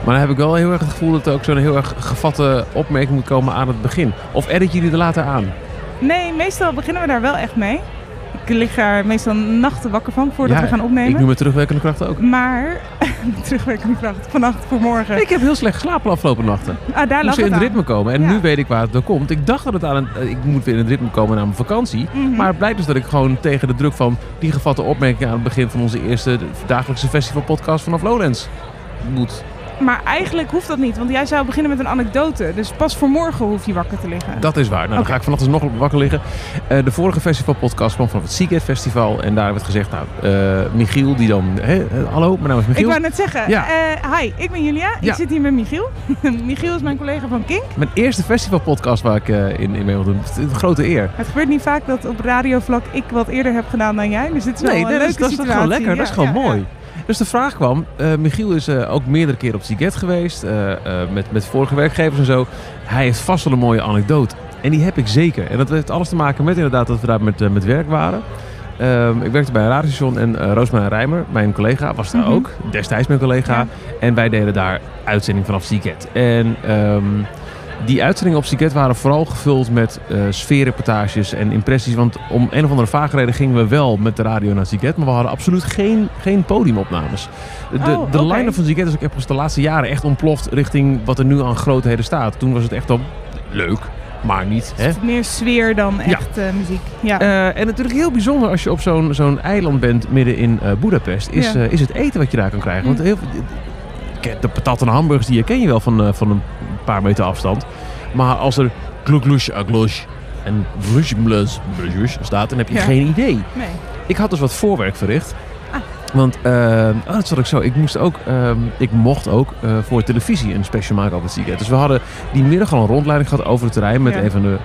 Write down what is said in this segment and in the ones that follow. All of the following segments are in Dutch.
Maar dan heb ik wel heel erg het gevoel dat er ook zo'n heel erg gevatte opmerking moet komen aan het begin. Of edit jullie er later aan? Nee, meestal beginnen we daar wel echt mee. Ik lig daar meestal nachten wakker van voordat we gaan opnemen. Ik noem het terugwerkende kracht ook. Maar, terugwerkende kracht, vannacht voor morgen. Ik heb heel slecht geslapen de afgelopen nachten. Daar lag moest in het ritme komen. En ja. nu weet ik waar het door komt. Ik dacht dat ik moet weer in het ritme komen na mijn vakantie. Mm-hmm. Maar het blijkt dus dat ik gewoon tegen de druk van die gevatte opmerkingen aan het begin van onze eerste dagelijkse festivalpodcast vanaf Lowlands moet. Maar eigenlijk hoeft dat niet, want jij zou beginnen met een anekdote. Dus pas voor morgen hoef je wakker te liggen. Dat is waar. Nou, dan ga ik vannacht dus nog wakker liggen. De vorige festivalpodcast kwam van het Seagate Festival. En daar werd gezegd, Michiel die dan... hallo, mijn naam is Michiel. Ik wou net zeggen, ja. Hi, ik ben Julia. Ik zit hier met Michiel. Michiel is mijn collega van Kink. Mijn eerste festivalpodcast waar ik in mee wil doen. Een grote eer. Het gebeurt niet vaak dat op radiovlak ik wat eerder heb gedaan dan jij. Dus dit is wel een leuke situatie. Dat is gewoon lekker. Dat is gewoon mooi. Dus de vraag kwam, Michiel is ook meerdere keren op Seagate geweest, met vorige werkgevers en zo. Hij heeft vast wel een mooie anekdote. En die heb ik zeker. En dat heeft alles te maken met inderdaad dat we daar met werk waren. Ik werkte bij een radiostation en Roosmarijn Rijmer, mijn collega, was daar ook. Destijds mijn collega. Ja. En wij deden daar uitzending vanaf Seagate. En die uitzendingen op Seagate waren vooral gevuld met sfeerreportages en impressies. Want om een of andere vage reden gingen we wel met de radio naar Seagate. Maar we hadden absoluut geen podiumopnames. De line-up van Seagate is ook echt de laatste jaren echt ontploft richting wat er nu aan grootheden staat. Toen was het echt al leuk, maar niet. Hè? Meer sfeer dan echt muziek. Ja. En natuurlijk heel bijzonder als je op zo'n eiland bent midden in Budapest. Is het eten wat je daar kan krijgen. Want de patat en hamburgers die ken je wel van een paar meter afstand. Maar als er gluglush, aglush en vlushblus staat, dan heb je geen idee. Nee. Ik had dus wat voorwerk verricht. Want, dat zat ik zo. Ik mocht ook voor televisie een special maken op het Seagate. Dus we hadden die middag al een rondleiding gehad over het terrein met een van de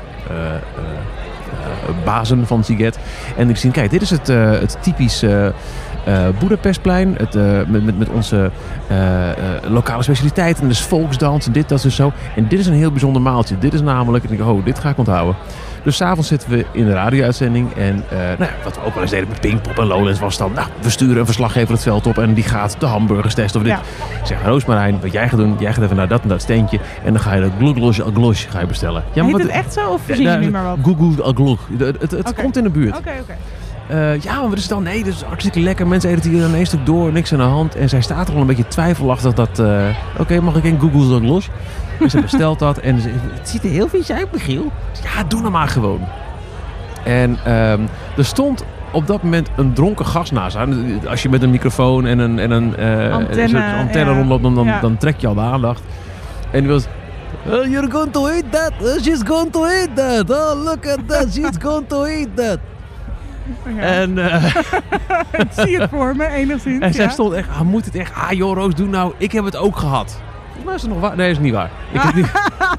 bazen van Seagate. En ik zie, kijk, dit is het typische Budapestplein, met onze lokale specialiteiten en dus volksdans en dit, dat is zo. En dit is een heel bijzonder maaltje. Dit is namelijk, ik denk, dit ga ik onthouden. Dus 's avonds zitten we in de radio-uitzending en wat we ook wel eens deden met Pinkpop en Lowlands was dan, we sturen een verslaggever het veld op en die gaat de hamburgers testen of dit. Ik zeg, Roosmarijn, wat jij gaat doen, jij gaat even naar dat en dat steentje en dan ga je de gluglosh aglosh bestellen. Ja, maar heet het echt zo of verzin je nu maar wat? Google aglosh. Het komt in de buurt. Oké. Maar wat is dan? Nee, dat is hartstikke lekker. Mensen eten hier dan een stuk door, niks aan de hand. En zij staat er al een beetje twijfelachtig dat... mag ik een Google aglosh? En ze bestelt dat en het ziet er heel vies uit, Michiel. Ja, doe nou maar gewoon. En er stond op dat moment een dronken gast naast haar. Als je met een microfoon en een antenne rondloopt, dan trek je al de aandacht. En die was... you're going to eat that. She's going to eat that. Oh, look at that. She's going to eat that. Ja. En, ik zie het voor me, enigszins. En zij stond echt, moet het echt... joh, Roos, doe nou. Ik heb het ook gehad. Maar is het nog waar? Nee, is niet waar. Ik heb niet...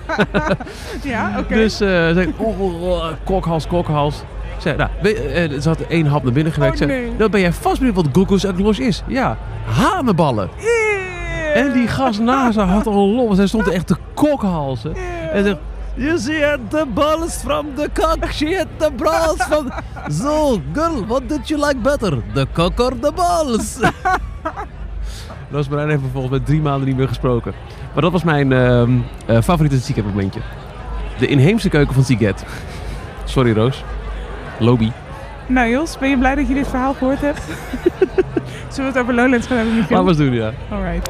Ja, oké. Dus zei kokhals. Zei, ze had 1 hap naar binnen gewerkt. Nee. Dan ben jij vast benieuwd wat Google's aglosh is. Ja, hanenballen. En die gast naast haar had al een lol. Zij stond er echt te kokhalzen. En zegt... You see at the balls from the cock, she had the balls from... So, girl, what did you like better? The cock or the balls? Roosmarijn heeft vervolgens met 3 maanden niet meer gesproken. Maar dat was mijn favoriete Seagate momentje. De inheemse keuken van Seagate. Sorry Roos. Lobby. Nou Jos, ben je blij dat je dit verhaal gehoord hebt? Zullen we het over Lowlands gaan hebben? Laten we het doen, ja. Alright.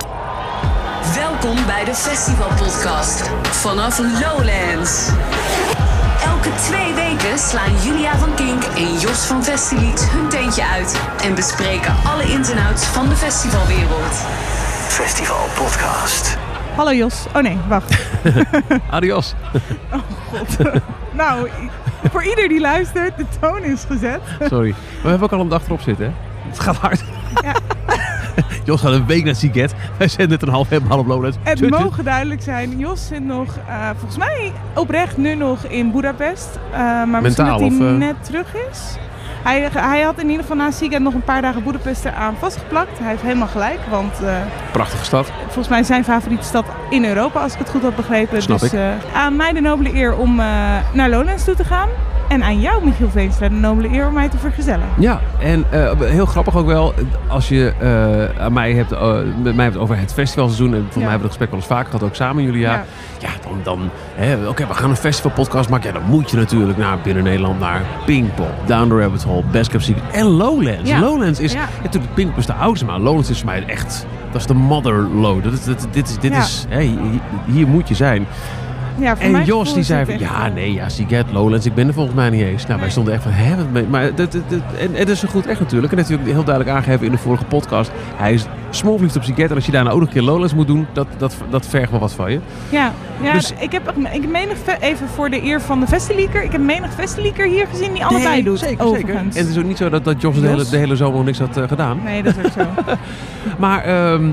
Welkom bij de Festivalpodcast vanaf Lowlands. Elke 2 weken slaan Julia van Kink en Jos van Festilied hun tentje uit en bespreken alle ins en outs van de festivalwereld. Festivalpodcast. Hallo Jos. Oh nee, wacht. Adios. Oh god. Nou, voor ieder die luistert, de toon is gezet. Sorry. Maar we hebben ook al een dag erop zitten, hè? Het gaat hard. Ja. Jos gaat een week naar Seagate. Wij zijn net een half op Lowlands. Het mogen duidelijk zijn. Jos zit nog, volgens mij oprecht nu nog in Budapest. Maar misschien dat hij net terug is. Hij had in ieder geval na Seagate nog een paar dagen Budapest eraan vastgeplakt. Hij heeft helemaal gelijk, want... prachtige stad. Volgens mij zijn favoriete stad in Europa, als ik het goed had begrepen. Snap dus ik. aan mij de nobele eer om naar Lowlands toe te gaan. En aan jou, Michiel Veenstra, de nobele eer om mij te vergezellen. Ja, en heel grappig ook wel, als je met mij hebt over het festivalseizoen, en volgens mij hebben we het gesprek wel eens vaker gehad, ook samen Julia. Ja, oké, we gaan een festivalpodcast maken. Ja, dan moet je natuurlijk naar binnen Nederland, naar Pinkpop, Down the Rabbit Hole, Best Kept Secret en Lowlands. Ja. Lowlands is, natuurlijk Pinkpop is de oudste, maar Lowlands is voor mij echt, dat is de motherlode. Dit is, hier moet je zijn. Ja, en Jos die zei van, Siget, Lowlands, ik ben er volgens mij niet eens. Nou, wij stonden echt van, maar en het is zo goed echt natuurlijk. En dat heeft hij heel duidelijk aangegeven in de vorige podcast. Hij is smoorverliefd op Siget. En als je daarna ook nog een keer Lowlands moet doen, dat vergt wel wat van je. Ja, dus, ik heb menig, even voor de eer van de Festeleaker, ik heb menig Festeleaker hier gezien die allebei doet. Zeker. En het is ook niet zo dat Jos de hele zomer nog niks had gedaan. Nee, dat is ook zo. Maar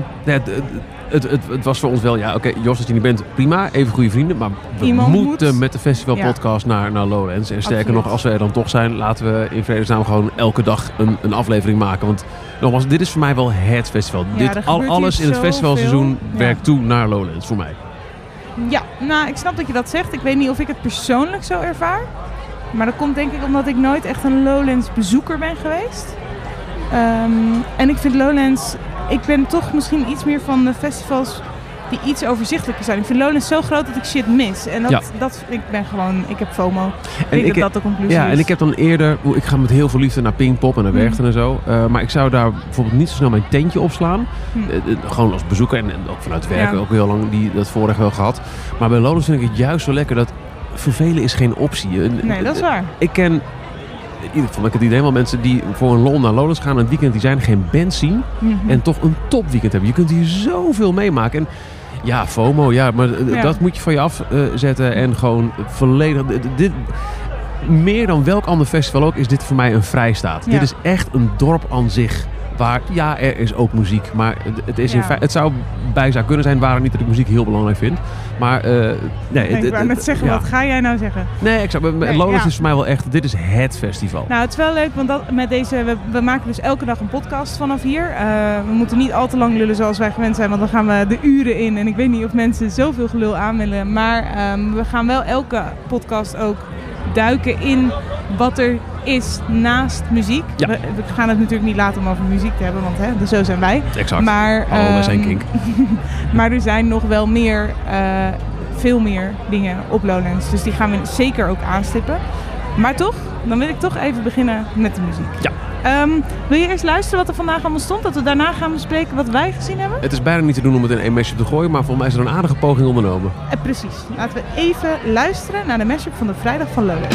het was voor ons wel, Jos, als je niet bent, prima, even goede vrienden. Maar we moeten met de festivalpodcast naar Lowlands. En sterker nog, als we er dan toch zijn, laten we in vredesnaam gewoon elke dag een aflevering maken. Want nogmaals, dit is voor mij wel het festival. Alles in het festivalseizoen werkt toe naar Lowlands, voor mij. Ja, nou, ik snap dat je dat zegt. Ik weet niet of ik het persoonlijk zo ervaar. Maar dat komt denk ik omdat ik nooit echt een Lowlands bezoeker ben geweest. En ik vind Lowlands... Ik ben toch misschien iets meer van de festivals die iets overzichtelijker zijn. Ik vind Lowlands zo groot dat ik shit mis. En ik heb FOMO. Ik denk dat de conclusie is. Ja, en ik heb dan eerder... Ik ga met heel veel liefde naar Pinkpop en naar Werchter en zo. Maar ik zou daar bijvoorbeeld niet zo snel mijn tentje opslaan. Gewoon als bezoeker en ook vanuit werken ook heel lang dat voorrecht wel gehad. Maar bij Lowlands vind ik het juist zo lekker dat vervelen is geen optie. Nee, dat is waar. Ik ken... Ik heb het idee wel mensen die voor een lol naar Lowlands gaan, een weekend die zijn geen band zien en toch een topweekend hebben. Je kunt hier zoveel meemaken. En ja, FOMO, maar dat moet je van je afzetten en gewoon volledig... Meer dan welk ander festival ook is dit voor mij een vrijstaat. Ja. Dit is echt een dorp aan zich. Waar, er is ook muziek. Maar het zou kunnen zijn waar niet dat ik muziek heel belangrijk vind. Maar ik wou net zeggen, wat ga jij nou zeggen? Nee, Lowlands is voor mij wel echt, dit is het festival. Nou, het is wel leuk, want we maken dus elke dag een podcast vanaf hier. We moeten niet al te lang lullen zoals wij gewend zijn, want dan gaan we de uren in. En ik weet niet of mensen zoveel gelul aan willen. Maar we gaan wel elke podcast ook duiken in wat er is naast muziek. Ja. We gaan het natuurlijk niet laten om over muziek te hebben, want zo zijn wij. Exact. Maar, wij zijn kink. Maar er zijn nog wel veel meer dingen op Lowlands. Dus die gaan we zeker ook aanstippen. Maar toch, dan wil ik toch even beginnen met de muziek. Ja. Wil je eerst luisteren wat er vandaag allemaal stond? Dat we daarna gaan bespreken wat wij gezien hebben? Het is bijna niet te doen om het in één mashup te gooien, maar volgens mij is er een aardige poging ondernomen. Precies. Laten we even luisteren naar de mashup van de vrijdag van Lowlands.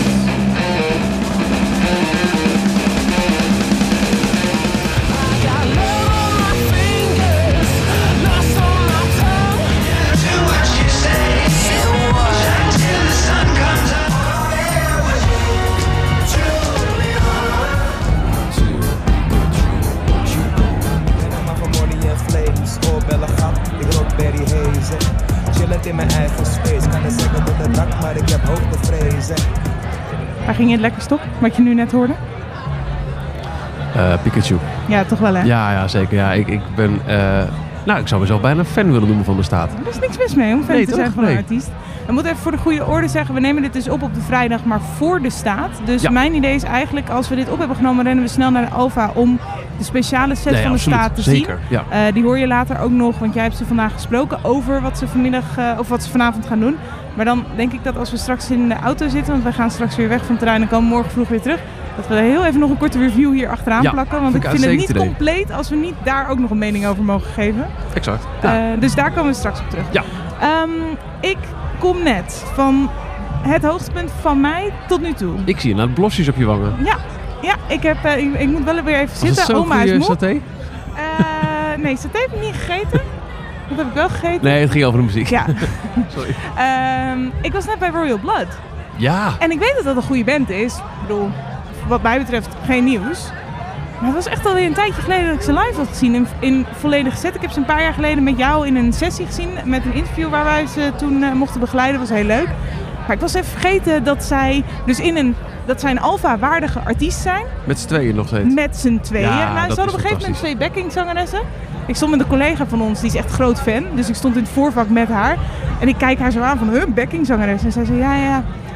In mijn eigen space. Kan het zeggen tot het dak, maar ik heb hoogtevrees. Waar ging je het lekker stok, wat je nu net hoorde? Pikachu. Ja, toch wel hè? Ja, zeker. Ja, ik ben... ik zou mezelf bijna een fan willen noemen van de staat. Er is niks mis mee om fan te zijn van een artiest. We moeten even voor de goede orde zeggen, we nemen dit dus op de vrijdag, maar voor de staat. Dus mijn idee is eigenlijk, als we dit op hebben genomen, rennen we snel naar de Alfa om de speciale set van de staat te zien. Ja. Die hoor je later ook nog, want jij hebt ze vandaag gesproken over wat ze wat ze vanavond gaan doen. Maar dan denk ik dat als we straks in de auto zitten, want wij gaan straks weer weg van het terrein en komen morgen vroeg weer terug, dat we heel even nog een korte review hier achteraan plakken. Want ik vind het niet compleet als we niet daar ook nog een mening over mogen geven. Exact. Ja. Dus daar komen we straks op terug. Ja. Ik kom net van het hoogtepunt van mij tot nu toe. Ik zie je naar blosjes op je wangen. Ja, ik moet wel weer even zitten. Was het zo goede saté? Nee, saté heb ik niet gegeten. Dat heb ik wel gegeten. Nee, het ging over de muziek. Ja. Sorry. Ik was net bij Royal Blood. Ja. En ik weet dat dat een goede band is. Ik bedoel, wat mij betreft geen nieuws. Maar het was echt alweer een tijdje geleden dat ik ze live had gezien in volledige set. Ik heb ze een paar jaar geleden met jou in een sessie gezien. Met een interview waar wij ze toen mochten begeleiden. Dat was heel leuk. Maar ik was even vergeten dat zij dus dat zij een Alfa-waardige artiest zijn. Met z'n tweeën nog steeds. Met z'n tweeën. Ja, ze hadden op een gegeven moment 2 backingzangeressen. Ik stond met een collega van ons, die is echt groot fan. Dus ik stond in het voorvak met haar. En ik kijk haar zo aan van, backingzangeres. En zij zei, ja.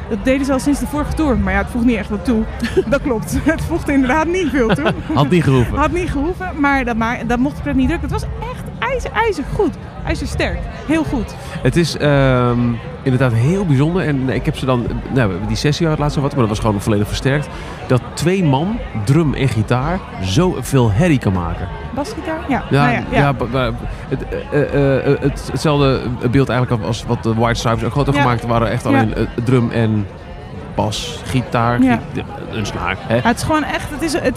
Dat deden ze al sinds de vorige tour. Maar ja, het voegt niet echt wat toe. Dat klopt. Het voegde inderdaad niet veel toe. Had niet gehoeven. Maar dat mocht de pret niet drukken. Het was echt ijzer goed. IJzersterk. Heel goed. Het is inderdaad heel bijzonder. En ik heb ze dan... Nou, die sessie had laatst wat, maar dat was gewoon volledig versterkt. Dat 2 man, drum en gitaar, zoveel herrie kan maken. Basgitaar? Hetzelfde beeld eigenlijk als wat de White Stripes ook hadden gemaakt. waren echt alleen drum en bas, gitaar, een snaar. Hè? Ja, het is gewoon echt...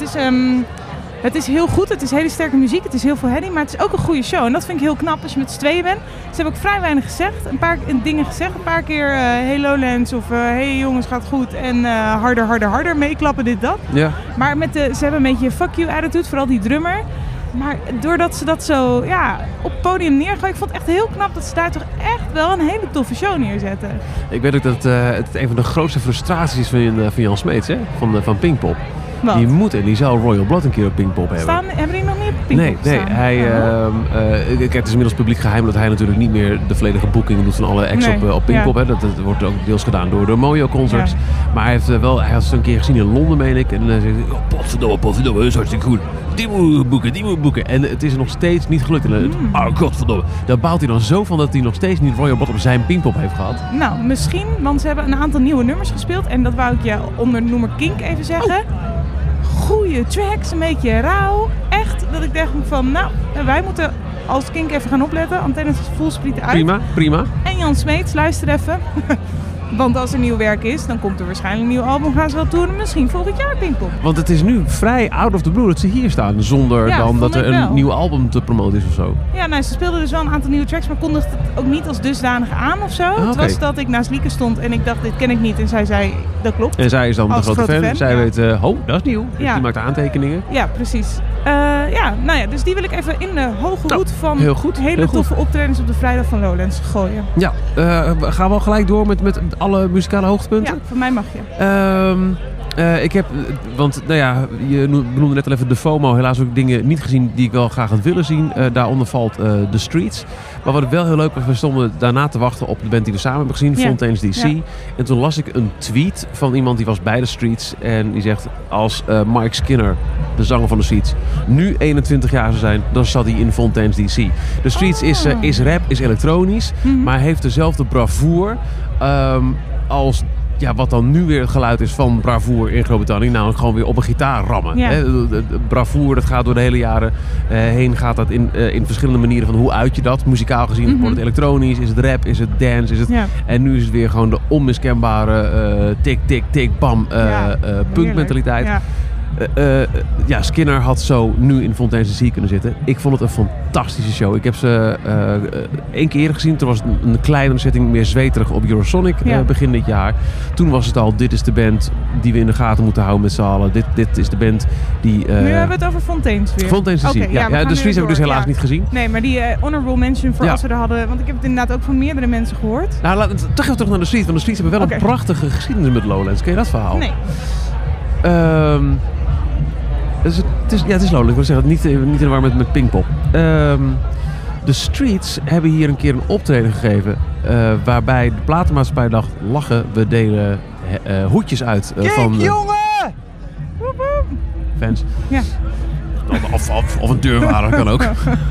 Het is heel goed, het is hele sterke muziek, het is heel veel herrie, maar het is ook een goede show. En dat vind ik heel knap als je met z'n tweeën bent. Ze hebben ook vrij weinig gezegd, een paar dingen gezegd. Een paar keer hey Lowlands of hey jongens gaat goed en harder, meeklappen dit dat. Ja. Maar ze hebben een beetje fuck you attitude, vooral die drummer. Maar doordat ze dat zo op het podium neergooien, ik vond het echt heel knap dat ze daar toch echt wel een hele toffe show neerzetten. Ik weet ook dat het een van de grootste frustraties is van Jan Smeets, hè? Van Pinkpop. Wat? Die zou Royal Blood een keer op Pinkpop hebben. Hebben die nog niet op Pinkpop staan? Nee. Kijk, het is inmiddels publiek geheim dat hij natuurlijk niet meer de volledige boeking doet van alle acts op Pinkpop. Hè. Dat wordt ook deels gedaan door de Mojo Concerts. Ja. Maar hij had ze een keer gezien in Londen, meen ik. En dan zei hij, potverdomme, dat is hartstikke goed. Die moet boeken. En het is nog steeds niet gelukt. Godverdomme. Daar baalt hij dan zo van dat hij nog steeds niet Royal Blood op zijn Pinkpop heeft gehad. Nou, misschien, want ze hebben een aantal nieuwe nummers gespeeld. En dat wou ik je onder noemer Kink even zeggen. Goeie tracks, een beetje rauw. Echt, dat ik dacht van, wij moeten als Kink even gaan opletten. Antennes voelsprieten uit. Prima. En Jan Smeets, luister even. Want als er nieuw werk is, dan komt er waarschijnlijk een nieuw album. Gaan ze wel toeren, misschien volgend jaar Pinkpop. Want het is nu vrij out of the blue dat ze hier staan. Zonder dan dat er een nieuw album te promoten is of zo. Ja, ze speelden dus wel een aantal nieuwe tracks. Maar kondigde het ook niet als dusdanig aan of zo. Het was dat ik naast Lieke stond en ik dacht, dit ken ik niet. En zij zei, dat klopt. En zij is dan de grote fan. Zij weet, dat is nieuw. Ja. Die maakt aantekeningen. Ja, precies. Dus die wil ik even in de hoge hoed van hele toffe optredens op de vrijdag van Lowlands gooien. Ja, gaan we al gelijk door met alle muzikale hoogtepunten? Ja, van mij mag je. Ik heb, want je benoemde net al even de FOMO, helaas ook dingen niet gezien die ik wel graag had willen zien. Daaronder valt The Streets. Maar wat ik wel heel leuk was, we stonden daarna te wachten op de band die we samen hebben gezien, Fontaines DC. Ja. En toen las ik een tweet van iemand die was bij The Streets en die zegt, als Mike Skinner, de zanger van The Streets, nu 21 jaar zou zijn, dan zat hij in Fontaines DC. The Streets is rap, is elektronisch, maar heeft dezelfde bravoure als wat dan nu weer het geluid is van bravoure in Groot-Brittannië. Namelijk gewoon weer op een gitaar rammen. Ja. De bravoure, dat gaat door de hele jaren heen. Gaat dat in verschillende manieren van hoe uit je dat. Muzikaal gezien wordt het elektronisch. Is het rap? Is het dance? Is het... Ja. En nu is het weer gewoon de onmiskenbare tik, tik, tik, bam punkmentaliteit. Ja. Skinner had zo nu in Fontaines DC kunnen zitten. Ik vond het een fantastische show. Ik heb ze 1 keer eerder gezien. Toen was het een kleinere setting, meer zweterig op Eurosonic begin dit jaar. Toen was het al, dit is de band die we in de gaten moeten houden met z'n allen. Dit is de band die... Nu hebben we het over Fontaines weer. Fontaines DC. Okay, de Streets heb ik dus helaas niet gezien. Nee, maar die honorable mention voor als we er hadden... Want ik heb het inderdaad ook van meerdere mensen gehoord. Nou, toch even terug naar de Streets. Want de Streets hebben wel een prachtige geschiedenis met Lowlands. Ken je dat verhaal? Nee. Het is Lowlands. Ik wil zeggen, niet in de war met Pinkpop. De Streets hebben hier een keer een optreden gegeven. Waarbij de platenmaatschappij dacht, lachen, we delen hoedjes uit van... jongen! Fans. Ja. Of een deurwaarder kan ook.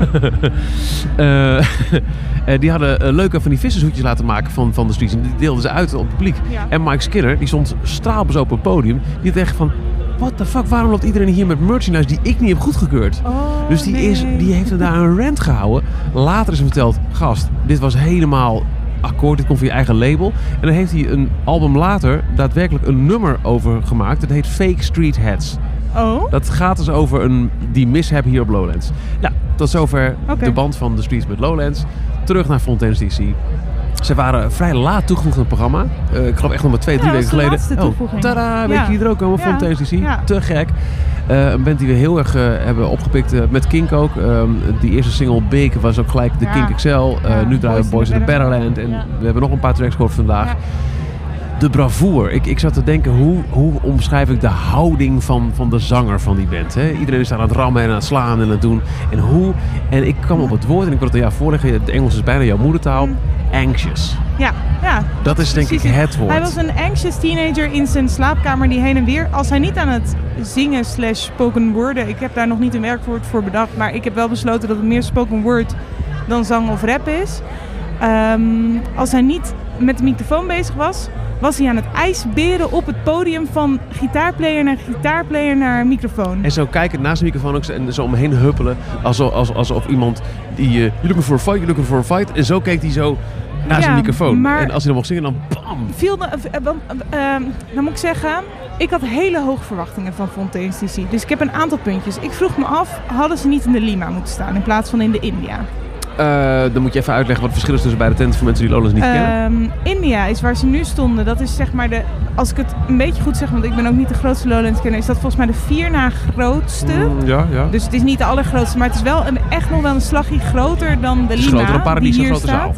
Die hadden leuke van die vissershoedjes laten maken van de Streets. En die deelden ze uit op het publiek. Ja. En Mike Skinner, die stond straalbezopen op het podium. Die dacht echt van... What the fuck, waarom loopt iedereen hier met merchandise die ik niet heb goedgekeurd? Dus die heeft er daar een rant gehouden. Later is hem verteld, gast, dit was helemaal akkoord, dit komt van je eigen label. En dan heeft hij een album later daadwerkelijk een nummer over gemaakt. Dat heet Fake Street Hats. Oh? Dat gaat dus over die mishap hier op Lowlands. Nou, tot zover de band van The Streets met Lowlands. Terug naar Fontaines DC. Ze waren vrij laat toegevoegd aan het programma. Ik geloof echt nog maar 2-3 weken geleden. Tada, weet je wie er ook komen? Fontaines DC. Ja. Te gek. Een band die we heel erg hebben opgepikt. Met Kink ook. Die eerste single Big was ook gelijk de Kink XL. Nu draaien we Boys in the Betterland. En we hebben nog een paar tracks gehoord vandaag. Ja. De bravoure. Ik zat te denken, hoe omschrijf ik de houding van de zanger van die band? Hè? Iedereen is daar aan het rammen en aan het slaan en aan het doen. En ik kwam op het woord en ik wil het aan jou voorleggen. Het Engels is bijna jouw moedertaal. Anxious. Ja. Dat is denk ik het woord. Hij was een anxious teenager in zijn slaapkamer die heen en weer... Als hij niet aan het zingen / spoken worden... Ik heb daar nog niet een werkwoord voor bedacht... Maar ik heb wel besloten dat het meer spoken word dan zang of rap is. Als hij niet met de microfoon bezig was hij aan het ijsberen op het podium van gitaarplayer naar microfoon. En zo kijken naast de microfoon ook en zo omheen huppelen. Alsof iemand die... you looking for a fight. En zo keek hij zo naar zijn microfoon. Maar en als hij dan mocht zingen, dan bam! Dan moet ik zeggen... Ik had hele hoge verwachtingen van Fontaine's DC. Dus ik heb een aantal puntjes. Ik vroeg me af, hadden ze niet in de Lima moeten staan in plaats van in de India? Dan moet je even uitleggen wat het verschil is tussen beide tenten voor mensen die Lowlands niet kennen. India is waar ze nu stonden. Dat is zeg maar als ik het een beetje goed zeg, want ik ben ook niet de grootste Lowlands-kenner, is dat volgens mij de 4 na grootste. Ja. Dus het is niet de allergrootste, maar het is wel echt nog wel een slagje groter dan de Lima. Het is groter dan Paradiso, grote zaal.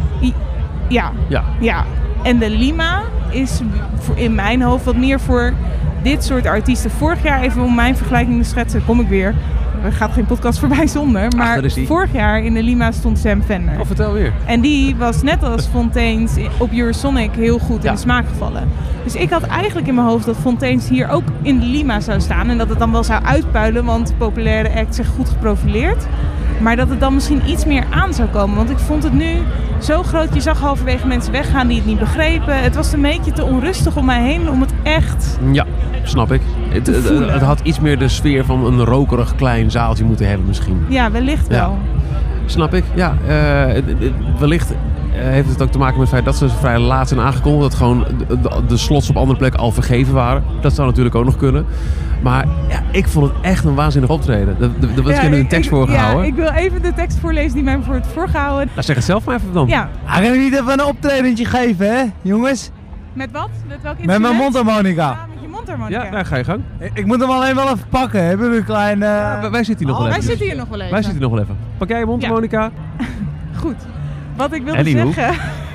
Ja. En de Lima is in mijn hoofd wat meer voor dit soort artiesten. Vorig jaar, even om mijn vergelijking te schetsen, kom ik weer. Er gaat geen podcast voorbij zonder. Maar vorig jaar in de Lima stond Sam Fender. Vertel weer. En die was net als Fontaine's op Eurosonic heel goed in de smaak gevallen. Dus ik had eigenlijk in mijn hoofd dat Fontaine's hier ook in de Lima zou staan. En dat het dan wel zou uitpuilen, want populaire act zich goed geprofileerd. Maar dat het dan misschien iets meer aan zou komen. Want ik vond het nu zo groot. Je zag halverwege mensen weggaan die het niet begrepen. Het was een beetje te onrustig om mij heen om het echt... Ja, snap ik. Het had iets meer de sfeer van een rokerig klein zaaltje moeten hebben misschien. Ja, wellicht wel. Snap ik. Ja, wellicht heeft het ook te maken met het feit dat ze vrij laat zijn aangekondigd. Dat gewoon de slots op andere plekken al vergeven waren. Dat zou natuurlijk ook nog kunnen. Maar ja, ik vond het echt een waanzinnig optreden. Er was geen tekst voorgehouden. Ja, ik wil even de tekst voorlezen die mij wordt voorgehouden. Nou, zeg het zelf maar even dan. Ja. Hij kan niet even een optredentje geven, hè, jongens? Met wat? Met welk instrument? Met mijn mondharmonica. Ja, met je mondharmonica. Ja, daar ga je gang. Ik moet hem alleen wel even pakken. Hebben jullie een klein... Wij zitten hier nog wel even. Wij zitten hier nog wel even. Wij zitten nog wel even. Pak jij je mondharmonica? Goed. Wat ik wilde zeggen...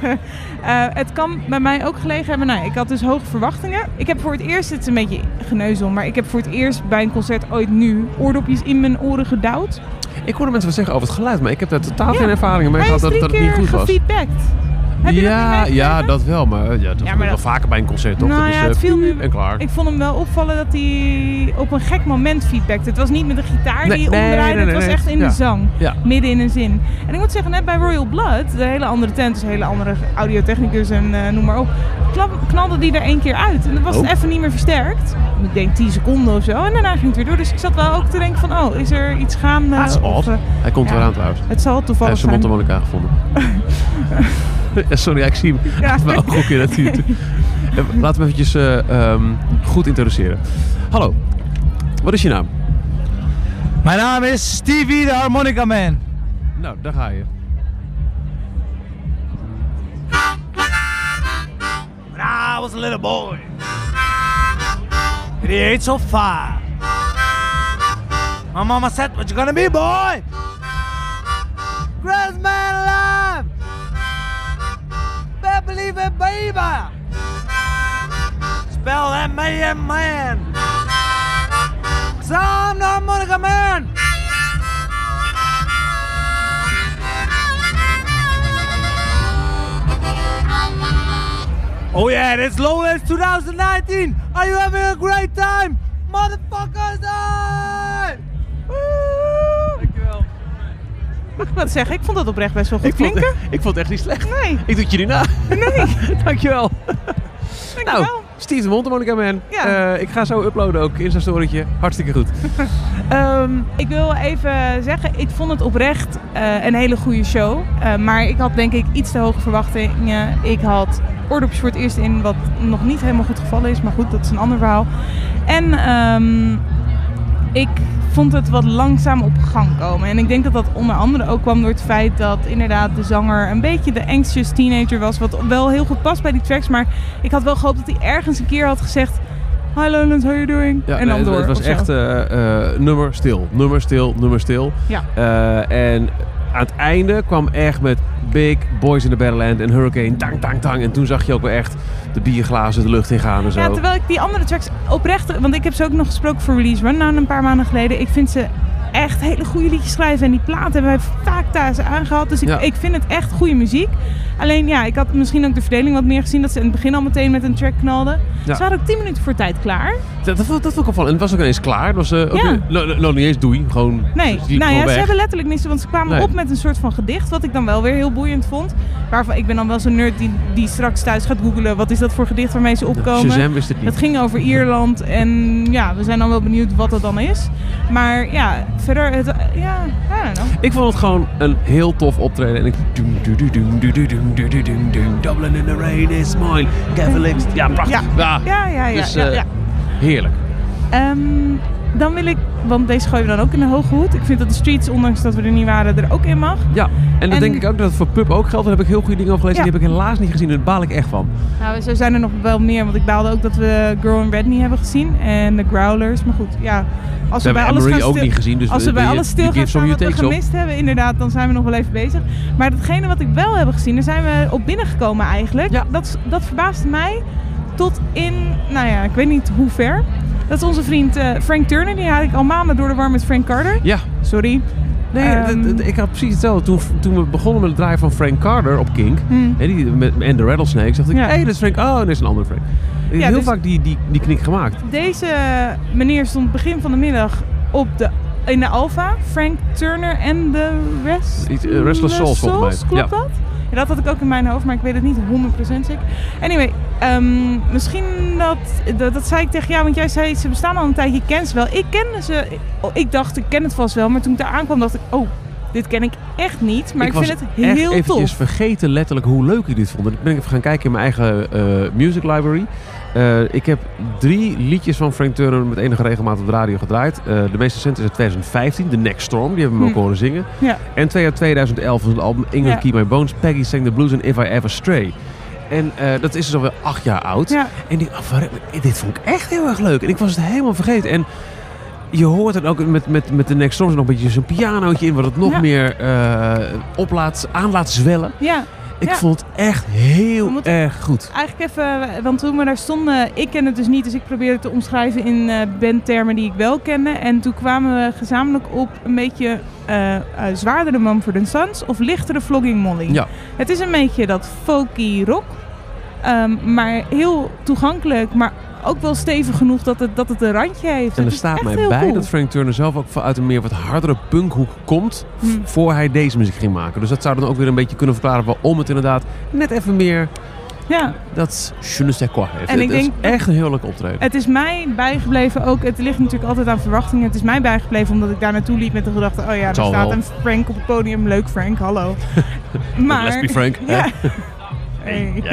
het kan bij mij ook gelegen hebben. Nou, ik had dus hoge verwachtingen. Ik heb voor het eerst, het is een beetje geneuzel, maar ik heb voor het eerst bij een concert ooit nu oordopjes in mijn oren gedouwd. Ik hoorde mensen wat zeggen over het geluid, maar ik heb daar totaal geen ervaring mee gehad dat het niet goed was. Gefeedbackt. Heb je dat niet ja, dat wel, maar dat gebeurt wel vaker bij een concert, toch? Nou, het viel nu en klaar. Ik vond hem wel opvallen dat hij op een gek moment feedbackte. Het was niet met de gitaar die omdraaide, het was echt in de zang. Ja. Midden in een zin. En ik moet zeggen, net bij Royal Blood, de hele andere tent, dus een hele andere audiotechnicus en noem maar op, knalde die er 1 keer uit. En dan was het even niet meer versterkt. Ik denk 10 seconden of zo. En daarna ging het weer door. Dus ik zat wel ook te denken van, is er iets gaande? Dat is odd. Hij komt er weer aan trouwens. Het zal toevallig zijn. Hij heeft zijn mondharmonica gevonden. Ja, sorry, ik zie hem. Ja. Maar ook een keer dat hij laten we eventjes goed introduceren. Hallo, wat is je naam? Mijn naam is Stevie, de Harmonica Man. Nou, daar ga je. When I was a little boy, at the age of 5, my mama said, "What you gonna be, boy? Greatest man alive! Better believe it, baby! Spell M-A-N-Man! 'Cause I'm the Harmonica Man!" Oh yeah, it's Lowlands 2019! Are you having a great time? Motherfuckers! Dankjewel. Mag ik wat zeggen? Ik vond dat oprecht best wel goed klinken. Ik vond het echt niet slecht. Nee. Ik doe het je niet na. Nee. Dankjewel. Dankjewel. Nou, Steve de Mondharmonica Man. Ja. Ik ga zo uploaden ook in zijn storytje. Hartstikke goed. Ik wil even zeggen, ik vond het oprecht een hele goede show. Maar ik had denk ik iets te hoge verwachtingen. Ik had oordopjes voor het eerst in, wat nog niet helemaal goed gevallen is. Maar goed, dat is een ander verhaal. En ik vond het wat langzaam op gang komen. En ik denk dat dat onder andere ook kwam door het feit dat inderdaad de zanger een beetje de anxious teenager was. Wat wel heel goed past bij die tracks. Maar ik had wel gehoopt dat hij ergens een keer had gezegd: "Hi Lowlands, how you doing?" Ja, en dan door. Het was echt nummer stil. Ja. En aan het einde kwam echt met Big, Boys in the Badland en Hurricane, tang, tang, tang. En toen zag je ook wel echt de bierglazen de lucht in gaan en zo. Ja, terwijl ik die andere tracks oprecht... Want ik heb ze ook nog gesproken voor Release Rundown een paar maanden geleden. Ik vind ze echt hele goede liedjes schrijven. En die plaat hebben wij vaak thuis aangehad. Dus ik vind het echt goede muziek. Alleen ik had misschien ook de verdeling wat meer gezien. Dat ze in het begin al meteen met een track knalden. Ja. Ze waren ook 10 minuten voor tijd klaar. Dat vond ik opvallend. En het was ook ineens klaar. Het was niet eens doei. Gewoon, nee, ze hebben letterlijk niks. Want ze kwamen op met een soort van gedicht. Wat ik dan wel weer heel boeiend vond. Waarvan ik ben dan wel zo'n nerd die straks thuis gaat googlen. Wat is dat voor gedicht waarmee ze opkomen? Shazam wist het niet. Het ging over Ierland. En we zijn dan wel benieuwd wat dat dan is. Maar verder, I don't know. Ik vond het gewoon een heel tof optreden. En ik... Dublin in the rain is mine. Catholics. Ja, prachtig. Ja. Heerlijk. Dan wil ik, want deze gooien we dan ook in de hoge hoed. Ik vind dat de Streets, ondanks dat we er niet waren, er ook in mag. Ja, en dan denk ik ook dat het voor Pub ook geldt. Daar heb ik heel goede dingen over gelezen. Die heb ik helaas niet gezien. Daar baal ik echt van. Nou, zo zijn er nog wel meer. Want ik baalde ook dat we Girl in Red niet hebben gezien. En de Growlers. Maar goed, als we bij alles gaan ook niet gezien. Dus als we bij alles stil gaan staan wat we gemist hebben, inderdaad, dan zijn we nog wel even bezig. Maar datgene wat ik wel heb gezien, daar zijn we op binnengekomen eigenlijk. Ja. Dat verbaasde mij tot in, ik weet niet hoe ver. Dat is onze vriend Frank Turner. Die had ik al maanden door de war met Frank Carter. Ja. Sorry. Nee, ik had precies hetzelfde. Toen we begonnen met het draaien van Frank Carter op Kink. En de Rattlesnakes. Dacht ik, dat is Frank. Oh, dat is een andere Frank. Heel vaak die knik gemaakt. Deze meneer stond begin van de middag in de Alpha. Frank Turner en de Restless Souls, volgens mij. Klopt dat? Ja, dat had ik ook in mijn hoofd, maar ik weet het niet 100% zeker. Anyway, misschien dat zei ik tegen jou, want jij zei ze bestaan al een tijdje, ik ken ze wel. Ik kende ze, ik dacht ik ken het vast wel, maar toen ik daar aankwam dacht ik, dit ken ik echt niet, maar ik vind het heel tof. Ik was eventjes vergeten letterlijk hoe leuk ik dit vond. Ik ben even gaan kijken in mijn eigen music library. Ik heb 3 liedjes van Frank Turner met enige regelmaat op de radio gedraaid. De meest recente is uit 2015, The Next Storm. Die hebben we ook horen zingen. Ja. En 2011 was het album England Keep My Bones, Peggy Sang the Blues en If I Ever Stray. En dat is dus alweer 8 jaar oud. Ja. En dit vond ik echt heel erg leuk. En ik was het helemaal vergeten. En je hoort het ook met de Next Storm nog een beetje zo'n pianootje in, wat het nog meer aan laat zwellen. Ja. Ik vond het echt heel erg goed. Eigenlijk even, want toen we daar stonden, ik ken het dus niet, dus ik probeerde het te omschrijven in bandtermen die ik wel kende. En toen kwamen we gezamenlijk op een beetje zwaardere Mumford & Sons of lichtere Flogging Molly. Ja. Het is een beetje dat folky rock, maar heel toegankelijk, maar ook wel stevig genoeg dat het een randje heeft. En er staat mij bij dat Frank Turner zelf ook uit een meer wat hardere punkhoek komt voor hij deze muziek ging maken. Dus dat zou dan ook weer een beetje kunnen verklaren waarom het inderdaad net even meer dat je ne sais quoi heeft. En ik denk, is echt een heel leuk optreden. Het is mij bijgebleven ook, het ligt natuurlijk altijd aan verwachtingen. Het is mij bijgebleven omdat ik daar naartoe liep met de gedachte, er staat een Frank op het podium. Leuk Frank, hallo. Maar Let's be Frank. Ja. Hey.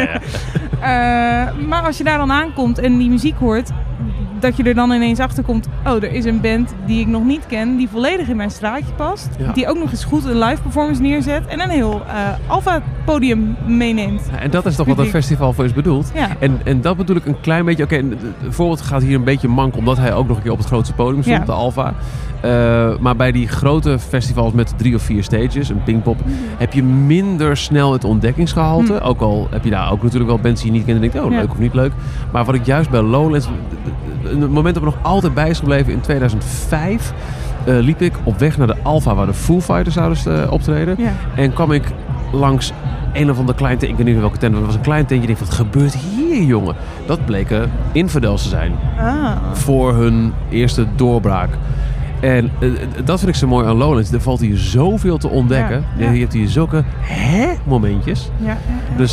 Maar als je daar dan aankomt en die muziek hoort, dat je er dan ineens achter komt, er is een band die ik nog niet ken, die volledig in mijn straatje past, die ook nog eens goed een live performance neerzet en een heel Alpha podium meeneemt. Ja, en dat is toch wat een festival voor is bedoeld. Ja. En dat bedoel ik een klein beetje. Bijvoorbeeld gaat hier een beetje mank omdat hij ook nog een keer op het grootste podium stond, de Alpha. Maar bij die grote festivals met 3 of 4 stages, een Pinkpop, heb je minder snel het ontdekkingsgehalte. Ook al heb je daar ook natuurlijk wel bands die je niet kent en denkt, leuk of niet leuk. Maar wat ik juist bij Lowlands, een moment dat me nog altijd bij is gebleven, in 2005 liep ik op weg naar de Alpha waar de Foo Fighters zouden optreden. Ja. En kwam ik langs een of ander klein tentje, ik weet niet meer welke tent, maar het was een klein tentje. Ik dacht, wat gebeurt hier, jongen? Dat bleken Infidels te zijn. Voor hun eerste doorbraak. En dat vind ik zo mooi aan Lowlands. Er valt hier zoveel te ontdekken. Ja. Je hebt hier zulke momentjes. Ja. Dus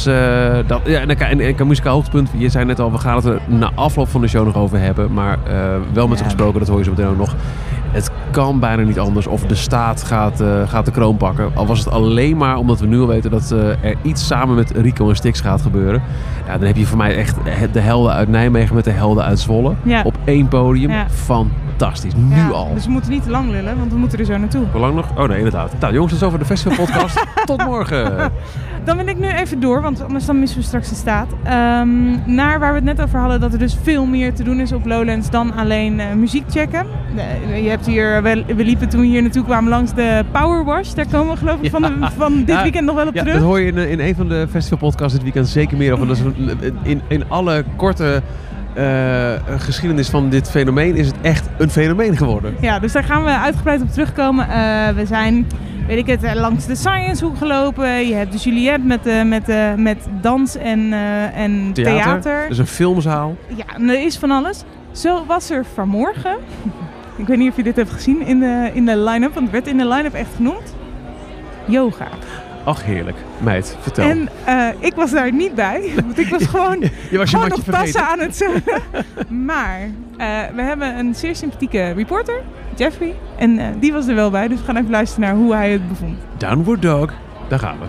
en qua muzikaal hoogtepunt. Je zei net al, we gaan het er na afloop van de show nog over hebben. Maar wel met ze gesproken, dat hoor je zo meteen ook nog. Het kan bijna niet anders. Of de staat gaat de kroon pakken. Al was het alleen maar omdat we nu al weten dat er iets samen met Rico en Styx gaat gebeuren. Ja, dan heb je voor mij echt de helden uit Nijmegen met de helden uit Zwolle. Ja. Op 1 podium. Ja. Fantastisch. Nu al. Dus we moeten niet te lang lullen, want we moeten er zo naartoe. Hoe lang nog? Oh nee, inderdaad. Nou jongens, dat is over de festivalpodcast. Tot morgen. Dan wil ik nu even door, want anders dan missen we straks de staat. Naar waar we het net over hadden, dat er dus veel meer te doen is op Lowlands dan alleen muziek checken. Je hebt hier, we liepen toen we hier naartoe kwamen langs de Power Wash. Daar komen we geloof ik van dit weekend nog wel op terug. Dat hoor je in een van de festivalpodcasts dit weekend zeker meer over. Dat is in alle korte geschiedenis van dit fenomeen is het echt een fenomeen geworden. Ja, dus daar gaan we uitgebreid op terugkomen. We zijn, weet ik het, langs de Science Hoek gelopen. Je hebt de Juliette met dans en theater. Dus een filmzaal. Ja, er is van alles. Zo was er vanmorgen. Ik weet niet of je dit hebt gezien in de line-up, want het werd in de line-up echt genoemd. Yoga. Ach, heerlijk. Meid, vertel. En ik was daar niet bij, want ik was gewoon, je was je gewoon nog vergeten. passen aan het zeggen. Maar we hebben een zeer sympathieke reporter, Jeffrey. En die was er wel bij, dus we gaan even luisteren naar hoe hij het bevond. Downward Dog, daar gaan we.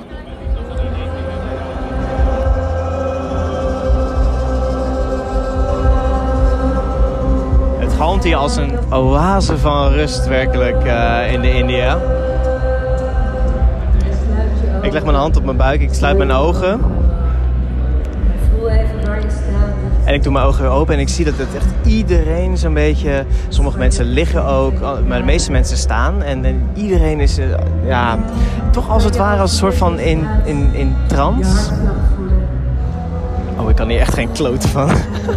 Het galmt hier als een oase van rust werkelijk in de India. Ik leg mijn hand op mijn buik, ik sluit mijn ogen. En ik doe mijn ogen weer open en ik zie dat het echt iedereen zo'n beetje... Sommige mensen liggen ook, maar de meeste mensen staan. En iedereen is toch als het ware als een soort van in trance. Oh, ik kan hier echt geen kloten van. En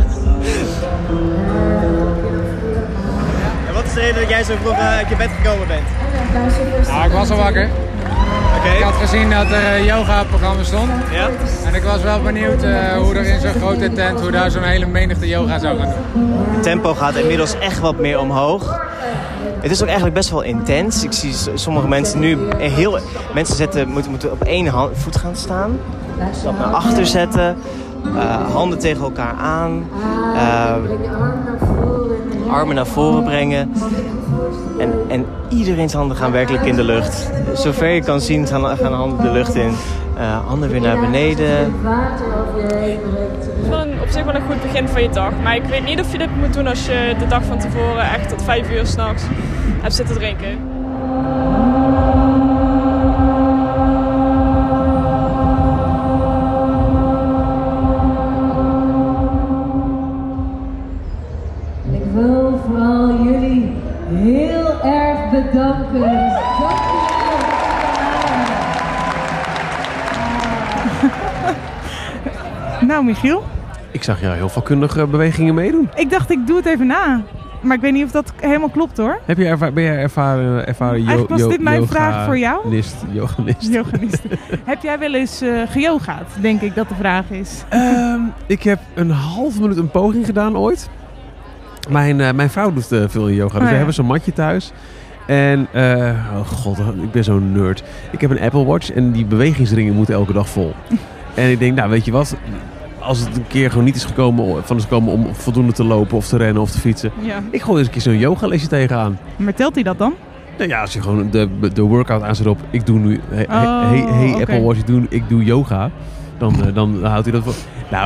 wat is de reden dat jij zo vroeg uit je bed gekomen bent? Ik was al wakker. Okay. Ik had gezien dat er een yoga-programma stond. Ja? En ik was wel benieuwd hoe er in zo'n grote tent, hoe daar zo'n hele menigte yoga zou gaan doen. Het tempo gaat inmiddels echt wat meer omhoog. Het is ook eigenlijk best wel intens. Ik zie sommige mensen nu moeten op één voet gaan staan. Stap naar achter zetten. Handen tegen elkaar aan. Armen naar voren brengen. En iedereen's handen gaan werkelijk in de lucht. Zover je kan zien gaan handen de lucht in. Handen weer naar beneden. Het is op zich wel een goed begin van je dag. Maar ik weet niet of je dit moet doen als je de dag van tevoren echt tot 5 uur 's nachts hebt zitten drinken. Ik wil vooral jullie heel erg bedanken. Nou, Michiel. Ik zag jou heel vakkundige bewegingen meedoen. Ik dacht, ik doe het even na. Maar ik weet niet of dat helemaal klopt, hoor. Ben jij ervaren Eigenlijk was dit mijn vraag voor jou. Yoganist. Heb jij wel eens geyogaat, denk ik dat de vraag is. Ik heb een halve minuut een poging gedaan ooit. Mijn vrouw doet veel yoga, dus we hebben zo'n matje thuis. En, oh god, ik ben zo'n nerd. Ik heb een Apple Watch en die bewegingsringen moeten elke dag vol. En ik denk, nou weet je wat, als het een keer gewoon niet is gekomen om voldoende te lopen of te rennen of te fietsen. Ja. Ik gooi eens een keer zo'n yogalesje tegenaan. Maar telt hij dat dan? Nou ja, als je gewoon de workout aanzet op, ik doe nu, okay. Apple Watch, ik doe yoga. Dan houdt hij dat voor. Nou,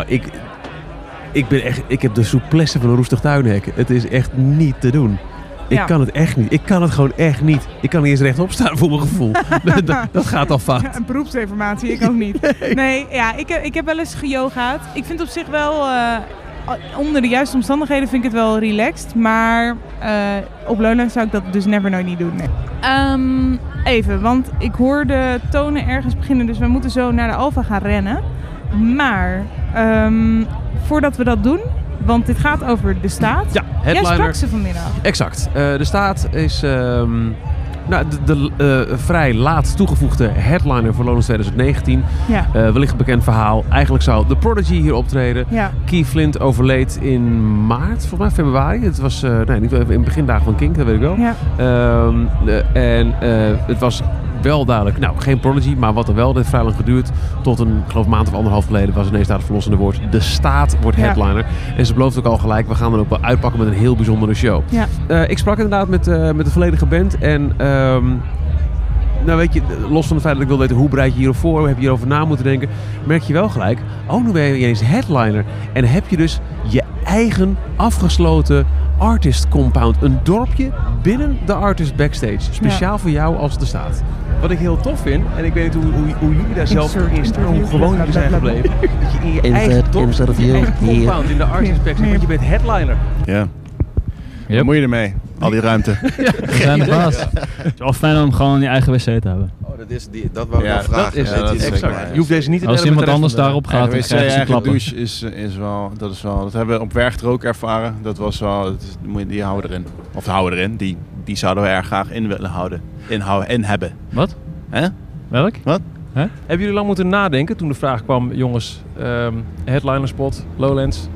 ik heb de souplesse van een roestig tuinhek. Het is echt niet te doen. Ik kan het echt niet. Ik kan het gewoon echt niet. Ik kan niet eens rechtop staan voor mijn gevoel. dat gaat al fout. Ja, een beroepsinformatie, ik ook niet. Nee, ja, ik heb wel eens geyogaat. Ik vind op zich wel, onder de juiste omstandigheden vind ik het wel relaxed. Maar op Lowlands zou ik dat dus nooit niet doen. Nee. Even, want ik hoorde tonen ergens beginnen. Dus we moeten zo naar de Alfa gaan rennen. Maar voordat we dat doen... Want dit gaat over de Staat. Ja, headliner. Jij sprak ze vanmiddag. Exact. De Staat is de vrij laat toegevoegde headliner voor Lowlands 2019. Ja. Wellicht een bekend verhaal. Eigenlijk zou The Prodigy hier optreden. Ja. Keith Flint overleed in maart, volgens mij februari. Het was niet in de begindagen van Kink, dat weet ik wel. Ja. Het was wel duidelijk, geen Prodigy, maar wat er wel, dit heeft vrij lang geduurd. Tot een maand of 1,5 geleden was ineens daar het verlossende woord. De Staat wordt headliner. Ja. En ze belooft ook al gelijk, we gaan dan ook wel uitpakken met een heel bijzondere show. Ja. Ik sprak inderdaad met de volledige band en weet je, los van het feit dat ik wil weten hoe bereid je hierop voor, hoe heb je hierover na moeten denken, merk je wel gelijk, nu ben je ineens headliner. En heb je dus je eigen afgesloten artist compound. Een dorpje binnen de artist backstage. Speciaal voor jou als de Staat. Wat ik heel tof vind, en ik weet niet hoe jullie daar zelf in staan, hoe gewoon jullie zijn gebleven. Dat je in je eigen dorp, je eigen compound in de artist backstage, want je bent headliner. Ja. Wat moet je ermee? Al die ruimte. We zijn de baas. Het is wel fijn om gewoon je eigen wc te hebben. Oh, dat wou ik wel vragen. Dat is exact. Je hoeft deze niet te als iemand anders daarop gaat, dan krijg je eigen douche is wel... Dat hebben we op werk er ook ervaren. Dat was wel... Die houden erin. Of houden erin. Die zouden we erg graag in willen houden. In hebben. Wat? Hè? Welk? Wat? Hebben jullie lang moeten nadenken toen de vraag kwam... Jongens, headliner spot, Lowlands?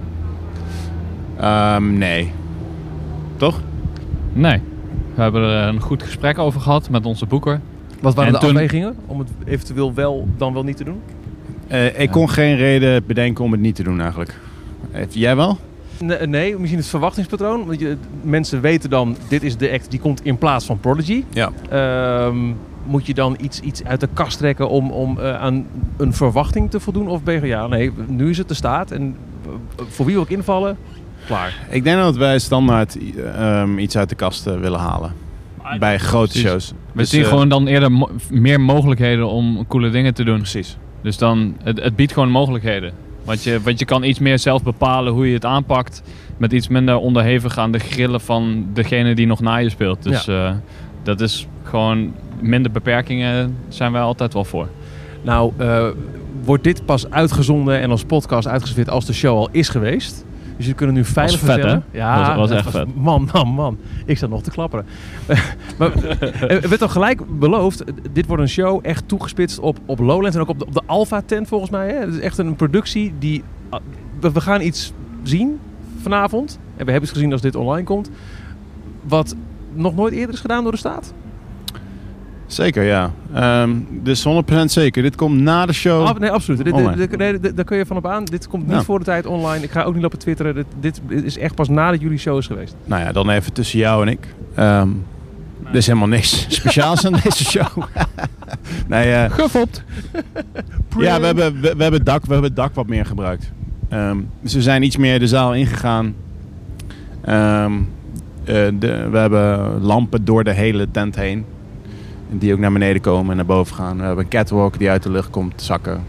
Nee. Toch? Nee. We hebben er een goed gesprek over gehad met onze boeker. Wat waren de afwegingen om het eventueel wel dan wel niet te doen? Ik kon geen reden bedenken om het niet te doen eigenlijk. Jij wel? Nee, misschien het verwachtingspatroon. Want mensen weten dan, dit is de act die komt in plaats van Prodigy. Ja. Moet je dan iets uit de kast trekken om aan een verwachting te voldoen? Of ben je nee, nu is het de staat en voor wie wil ik invallen? Klaar. Ik denk dat wij standaard iets uit de kast willen halen. Bij grote shows. We zien gewoon dan eerder meer mogelijkheden om coole dingen te doen. Precies. Dus dan, het biedt gewoon mogelijkheden. Want je kan iets meer zelf bepalen hoe je het aanpakt. Met iets minder onderhevig aan de grillen van degene die nog na je speelt. Dus dat is gewoon minder beperkingen zijn wij altijd wel voor. Nou, wordt dit pas uitgezonden en als podcast uitgeserveerd als de show al is geweest? Dus jullie kunnen nu veilig vertellen. Ja, dat was echt vet. Man. Ik sta nog te klapperen. Maar er werd al gelijk beloofd, dit wordt een show echt toegespitst op Lowlands en ook op de Alpha tent volgens mij. Hè? Het is echt een productie die... We gaan iets zien vanavond. En we hebben iets gezien als dit online komt. Wat nog nooit eerder is gedaan door de staat. Zeker, ja. Dus 100% zeker. Dit komt na de show. Nee, absoluut. Daar kun je van op aan. Dit komt niet voor de tijd online. Ik ga ook niet lopen twitteren. Dit is echt pas nadat jullie show is geweest. Nou ja, dan even tussen jou en ik. Er is helemaal niks speciaals aan deze show. Nee, gefopt. Ja, we hebben het dak wat meer gebruikt. Dus we zijn iets meer de zaal ingegaan. We hebben lampen door de hele tent heen. Die ook naar beneden komen en naar boven gaan. We hebben een catwalk die uit de lucht komt zakken.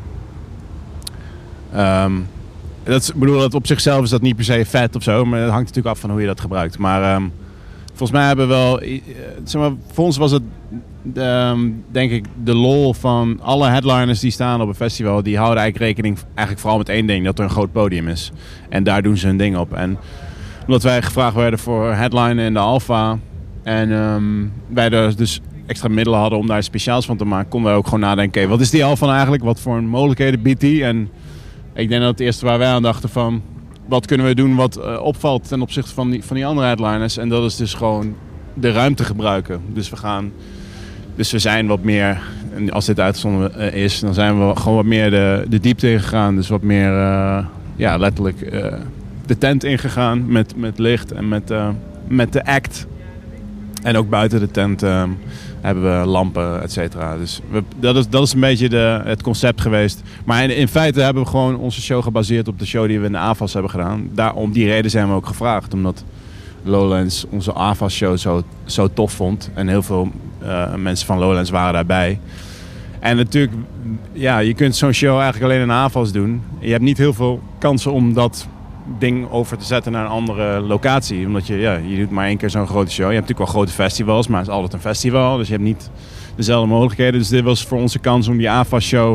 Dat op zichzelf is dat niet per se vet of zo. Maar het hangt natuurlijk af van hoe je dat gebruikt. Maar volgens mij hebben we wel... Zeg maar, voor ons was het denk ik de lol van alle headliners die staan op een festival. Die houden eigenlijk rekening vooral met één ding. Dat er een groot podium is. En daar doen ze hun ding op. En omdat wij gevraagd werden voor headlinen in de Alpha. En wij er dus extra middelen hadden om daar speciaals van te maken, konden we ook gewoon nadenken, wat is die Alpha nou eigenlijk? Wat voor mogelijkheden biedt die? En ik denk dat het eerste waar wij aan dachten van, wat kunnen we doen wat opvalt ten opzichte van die andere headliners? En dat is dus gewoon de ruimte gebruiken. Dus we zijn wat meer, en als dit uitgezonden is, dan zijn we gewoon wat meer de diepte ingegaan. Dus wat meer, letterlijk de tent ingegaan met licht en met de act. En ook buiten de tent hebben we lampen, et cetera. Dus dat is een beetje het concept geweest. Maar in feite hebben we gewoon onze show gebaseerd op de show die we in de AFAS hebben gedaan. Om die reden zijn we ook gevraagd. Omdat Lowlands onze AFAS show zo tof vond. En heel veel mensen van Lowlands waren daarbij. En natuurlijk, ja, je kunt zo'n show eigenlijk alleen in AFAS doen. Je hebt niet heel veel kansen om dat ding over te zetten naar een andere locatie. Omdat je doet maar één keer zo'n grote show. Je hebt natuurlijk wel grote festivals, maar het is altijd een festival. Dus je hebt niet dezelfde mogelijkheden. Dus dit was voor onze kans om die AFAS-show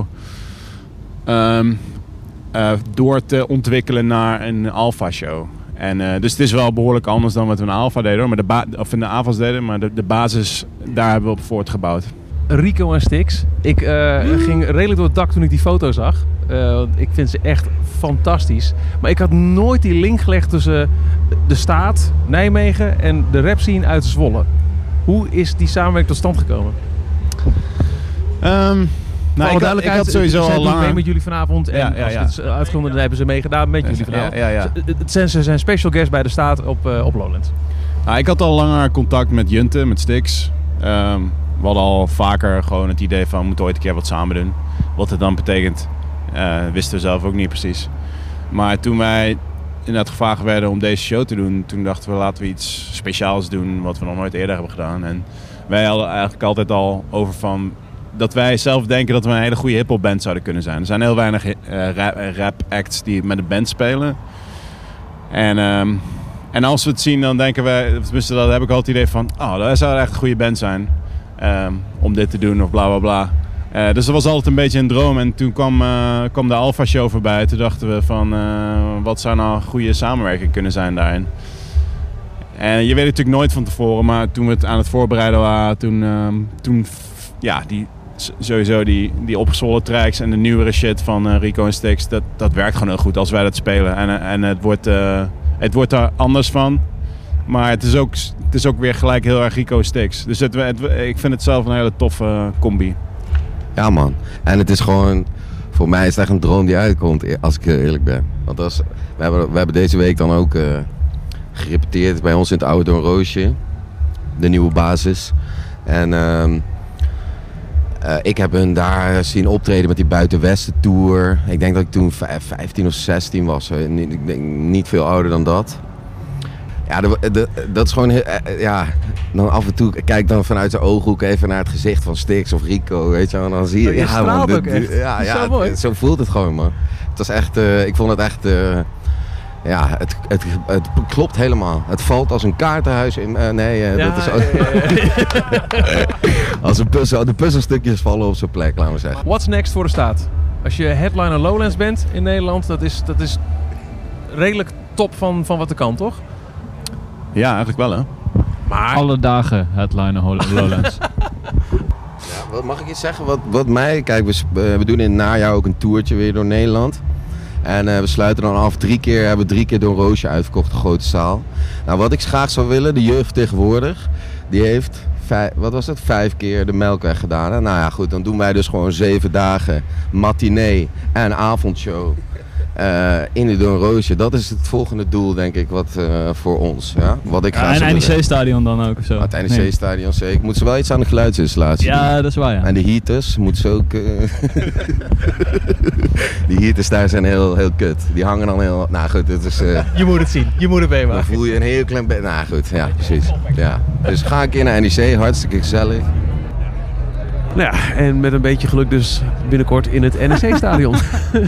door te ontwikkelen naar een Alpha-show. En dus het is wel behoorlijk anders dan wat we in de Alpha deden. Of in de AFAS deden. Maar de basis, daar hebben we op voortgebouwd. Rico en Stix. Ik ging redelijk door het dak toen ik die foto zag. Ik vind ze echt fantastisch. Maar ik had nooit die link gelegd tussen de staat, Nijmegen en de rapscene uit Zwolle. Hoe is die samenwerking tot stand gekomen? Ik had sowieso al langer mee met jullie vanavond. En als het is uitgezonden, dan hebben ze meegedaan met jullie vanavond. Ze zijn special guest bij de staat op Lowlands. Ik had al langer contact met Junte, met Stix. We hadden al vaker gewoon het idee van, we moeten ooit een keer wat samen doen. Wat het dan betekent, wisten we zelf ook niet precies. Maar toen wij inderdaad gevraagd werden om deze show te doen, toen dachten we, laten we iets speciaals doen wat we nog nooit eerder hebben gedaan. En wij hadden eigenlijk altijd al over van, dat wij zelf denken dat we een hele goede hip-hop band zouden kunnen zijn. Er zijn heel weinig rap acts die met een band spelen. En En als we het zien, dan denken we, tenminste dat heb ik altijd het idee van, dat zou echt een goede band zijn om dit te doen of bla bla bla. Dus dat was altijd een beetje een droom. En toen kwam de Alpha Show voorbij. Toen dachten we van, wat zou nou een goede samenwerking kunnen zijn daarin? En je weet het natuurlijk nooit van tevoren, maar toen we het aan het voorbereiden waren, toen sowieso die opgezwollen tracks en de nieuwere shit van Rico en Styx, dat werkt gewoon heel goed als wij dat spelen. En het wordt daar anders van. Maar het is ook weer gelijk heel erg Rico en Styx. Dus ik vind het zelf een hele toffe combi. Ja man, en het is gewoon, voor mij is het echt een droom die uitkomt, als ik eerlijk ben. Want we hebben deze week dan ook gerepeteerd bij ons in het oude Doornroosje, de nieuwe basis. En ik heb hun daar zien optreden met die Buitenwesten Tour. Ik denk dat ik toen 15 of 16 was, ik denk niet veel ouder dan dat. Ja, dat is gewoon, dan af en toe kijk ik dan vanuit zijn ooghoek even naar het gezicht van Styx of Rico, weet je wel. En dan zie je, straalt ook echt. Zo voelt het gewoon, man. Het was echt, ik vond het echt, het klopt helemaal. Het valt als een kaartenhuis in, dat is ook... Als een puzzel, de puzzelstukjes vallen op zijn plek, laten we zeggen. What's next voor de staat? Als je headliner Lowlands bent in Nederland, dat is redelijk top van wat er kan, toch? Ja, eigenlijk wel, hè. Maar... Alle dagen headliner Lowlands. Wat mag ik iets zeggen? Wat mij... Kijk, we doen in het najaar ook een toertje weer door Nederland. En we sluiten dan af. 3 keer Doornroosje uitverkocht, de grote zaal. Nou, wat ik graag zou willen, de jeugd tegenwoordig, die heeft 5 keer de Melkweg gedaan. Hè? Nou ja, goed, dan doen wij dus gewoon 7 dagen matinee en avondshow. In de Doornroosje, dat is het volgende doel, denk ik, wat voor ons. Ja? Wat ik graag en het NEC-stadion dan ook of zo? Het NEC-stadion zeker. Moeten ze wel iets aan de geluidsinstallatie doen. Ja, dat is waar, ja. En de heaters moeten ze ook... Die heaters daar zijn heel, heel kut. Die hangen dan heel... Nou goed, het is... Je moet het zien, je moet het meemaken. Dan voel je een heel klein beetje... Nou goed, ja, precies. Ja. Dus ga een keer naar NEC, hartstikke gezellig. Nou ja, en met een beetje geluk dus binnenkort in het NEC-stadion.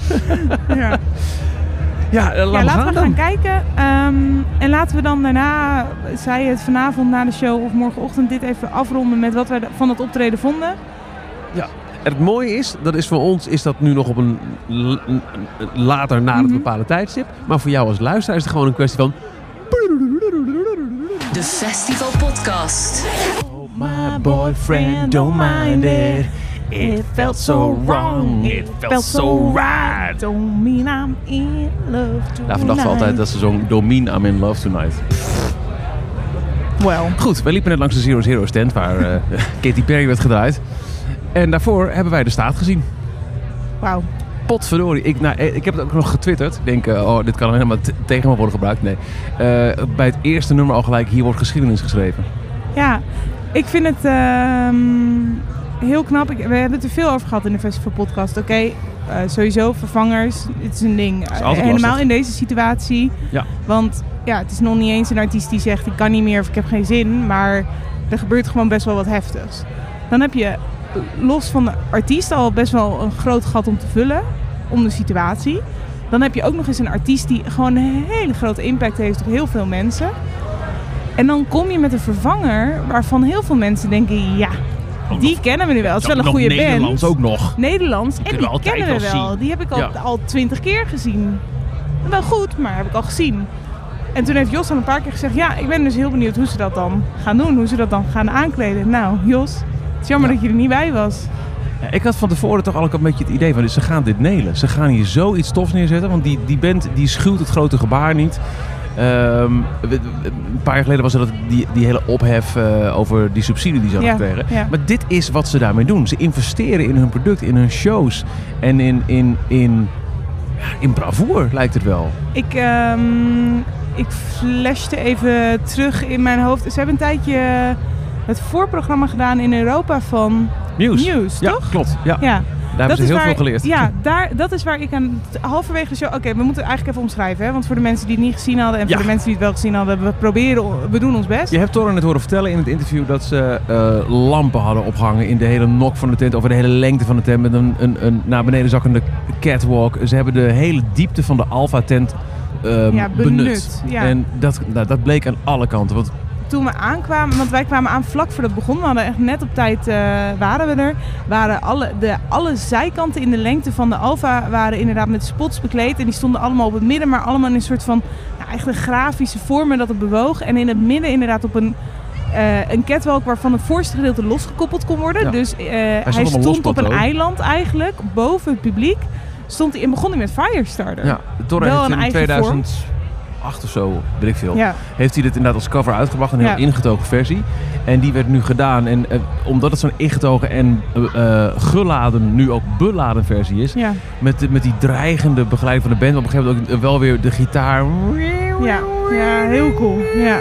Laten we gaan kijken. En laten we dan daarna, zij het vanavond na de show of morgenochtend, dit even afronden met wat wij van het optreden vonden. Ja, en het mooie is, dat is voor ons is dat nu nog op een later na het bepaalde tijdstip. Maar voor jou als luisteraar is het gewoon een kwestie van... De Festival Podcast. My boyfriend don't mind it. It felt so wrong. It felt so right. Don't mean I'm in love tonight. Daarvan dachten we altijd dat ze zongen Don't mean I'm in love tonight. Well. Goed, wij liepen net langs de 0-0 stand waar Katy Perry werd gedraaid. En daarvoor hebben wij de staat gezien. Wauw. Potverdorie. Ik heb het ook nog getwitterd. Ik denk, dit kan helemaal tegen me worden gebruikt. Nee. Bij het eerste nummer al gelijk, hier wordt geschiedenis geschreven. Ja. Ik vind het heel knap. We hebben het er veel over gehad in de Festival Podcast. Oké, sowieso vervangers. Het is een ding. Helemaal lastig in deze situatie. Ja. Want ja, het is nog niet eens een artiest die zegt ik kan niet meer of ik heb geen zin. Maar er gebeurt gewoon best wel wat heftigs. Dan heb je los van de artiest al best wel een groot gat om te vullen. Om de situatie. Dan heb je ook nog eens een artiest die gewoon een hele grote impact heeft op heel veel mensen. En dan kom je met een vervanger waarvan heel veel mensen denken, ja, die kennen we nu wel. Het is wel een goede band. Nederlands ook nog. Nederlands, en die kennen we wel. Die heb ik al 20 keer gezien. Wel goed, maar heb ik al gezien. En toen heeft Jos al een paar keer gezegd, ja, ik ben dus heel benieuwd hoe ze dat dan gaan doen. Hoe ze dat dan gaan aankleden. Nou, Jos, het is jammer dat je er niet bij was. Ja, ik had van tevoren toch al een beetje het idee van, ze gaan dit nailen. Ze gaan hier zoiets tofs neerzetten, want die band die schuwt het grote gebaar niet. Een paar jaar geleden was er die hele ophef over die subsidie die ze hadden gekregen. Ja. Maar dit is wat ze daarmee doen. Ze investeren in hun product, in hun shows en in bravoure lijkt het wel. Ik flashte even terug in mijn hoofd. Ze hebben een tijdje het voorprogramma gedaan in Europa van Muse, toch? Ja, klopt. Ja. Daar hebben ze heel veel geleerd. Ja, dat is waar ik aan halverwege de show... Oké, we moeten eigenlijk even omschrijven. Hè? Want voor de mensen die het niet gezien hadden en voor de mensen die het wel gezien hadden... We doen ons best. Je hebt Torren net horen vertellen in het interview dat ze lampen hadden opgehangen in de hele nok van de tent. Over de hele lengte van de tent met een naar beneden zakkende catwalk. Ze hebben de hele diepte van de Alpha tent benut. Ja. En dat bleek aan alle kanten. Want toen we aankwamen, want wij kwamen aan vlak voordat het begon. We hadden echt net op tijd waren we er. Waren alle zijkanten in de lengte van de Alfa waren inderdaad met spots bekleed. En die stonden allemaal op het midden, maar allemaal in een soort van echt een grafische vormen dat het bewoog. En in het midden inderdaad op een catwalk waarvan het voorste gedeelte losgekoppeld kon worden. Ja. Dus hij stond op een eiland eigenlijk, boven het publiek. Begon hij met Firestarter. Ja, Torre heeft in 2008 of zo, weet ik veel, heeft hij dit inderdaad als cover uitgebracht. Een heel ingetogen versie. En die werd nu gedaan. En omdat het zo'n ingetogen en geladen, nu ook beladen versie is. Ja. Met die dreigende begeleiding van de band. Op een gegeven moment ook wel weer de gitaar. Ja, heel cool. Ja.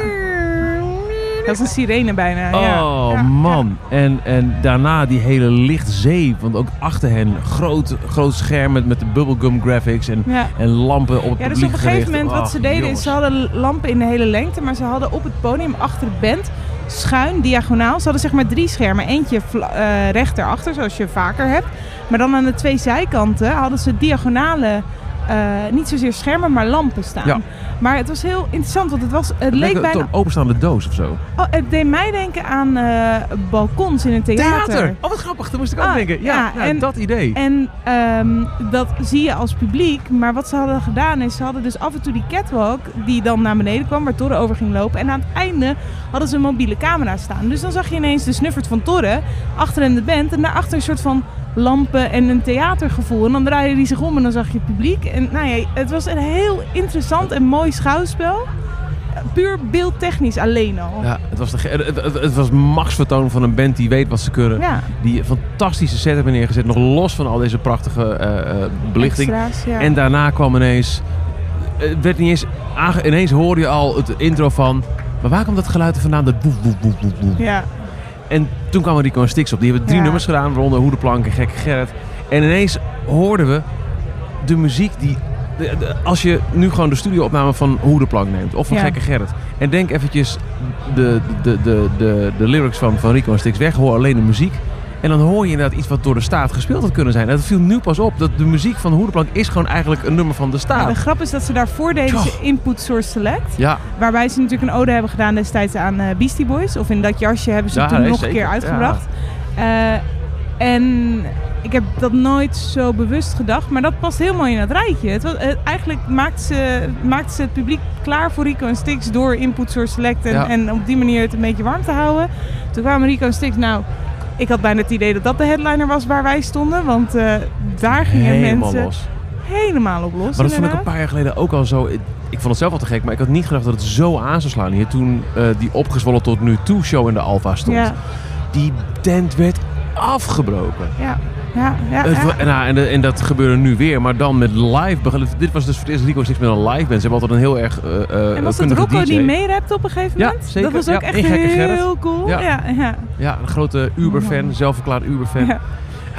Dat is een sirene bijna. Oh man. Ja. En daarna die hele lichtzee. Want ook achter hen groot scherm met de bubblegum graphics en lampen op het publiek dus op een gegeven moment wat ze deden jongens. is, ze hadden lampen in de hele lengte. Maar ze hadden op het podium achter de band schuin, diagonaal. Ze hadden zeg maar 3 schermen. Eentje recht erachter, zoals je vaker hebt. Maar dan aan de 2 zijkanten hadden ze diagonale, niet zozeer schermen, maar lampen staan. Ja. Maar het was heel interessant, want het leek bijna een openstaande doos of zo. Oh, het deed mij denken aan balkons in een theater. Oh, wat grappig. Daar moest ik ook denken. Ja, en dat idee. En dat zie je als publiek. Maar wat ze hadden gedaan is, ze hadden dus af en toe die catwalk die dan naar beneden kwam, waar Torre over ging lopen. En aan het einde hadden ze een mobiele camera staan. Dus dan zag je ineens de snuffert van Torre achter in de band. En daarachter een soort van lampen en een theatergevoel. En dan draaide die zich om en dan zag je het publiek. En het was een heel interessant en mooi schouwspel. Puur beeldtechnisch alleen al. Ja, het was max vertoon van een band die weet wat ze kunnen. Ja. Die een fantastische set hebben neergezet. Nog los van al deze prachtige belichting. Extra's, En daarna kwam ineens... Het werd niet eens... Ineens hoorde je al het intro van... Maar waar komt dat geluid vandaan? Dat boef, boef, boef, boef, boef. Ja. En toen kwamen Rico en Styx op. Die hebben 3 nummers gedaan, waaronder Hoedenplank en Gekke Gerrit. En ineens hoorden we de muziek die... Als je nu gewoon de studioopname van Hoedenplank neemt, of van Gekke Gerrit. En denk eventjes de lyrics van Rico en Styx weg. Hoor alleen de muziek. En dan hoor je inderdaad iets wat door de staat gespeeld had kunnen zijn. En dat viel nu pas op. Dat de muziek van Hoedenplank is gewoon eigenlijk een nummer van de staat. Ja, de grap is dat ze daarvoor deden ze Input Source Select. Ja. Waarbij ze natuurlijk een ode hebben gedaan destijds aan Beastie Boys. Of in dat jasje hebben ze toen nog een keer uitgebracht. Ja. En ik heb dat nooit zo bewust gedacht. Maar dat past heel mooi in het rijtje. Eigenlijk maakte ze het publiek klaar voor Rico en Styx door Input Source Select. En op die manier het een beetje warm te houden. Toen kwamen Rico en Styx. Ik had bijna het idee dat de headliner was waar wij stonden. Want daar gingen mensen helemaal op los. Maar dat vond ik een paar jaar geleden ook al zo. Ik vond het zelf al te gek, maar ik had niet gedacht dat het zo aan zou slaan hier. Toen die opgezwollen tot nu toe show in de Alfa stond. Ja. Die tent werd afgebroken. Ja. En dat gebeurde nu weer, maar dan met live. Dit was dus voor het eerst Rico Styx met een live band. Ze hebben altijd een heel erg en was het Rocco die meerapte op een gegeven moment? Ja, zeker. Dat was ook echt heel cool. Ja, een grote Uber-fan, zelfverklaard Uber-fan. Ja.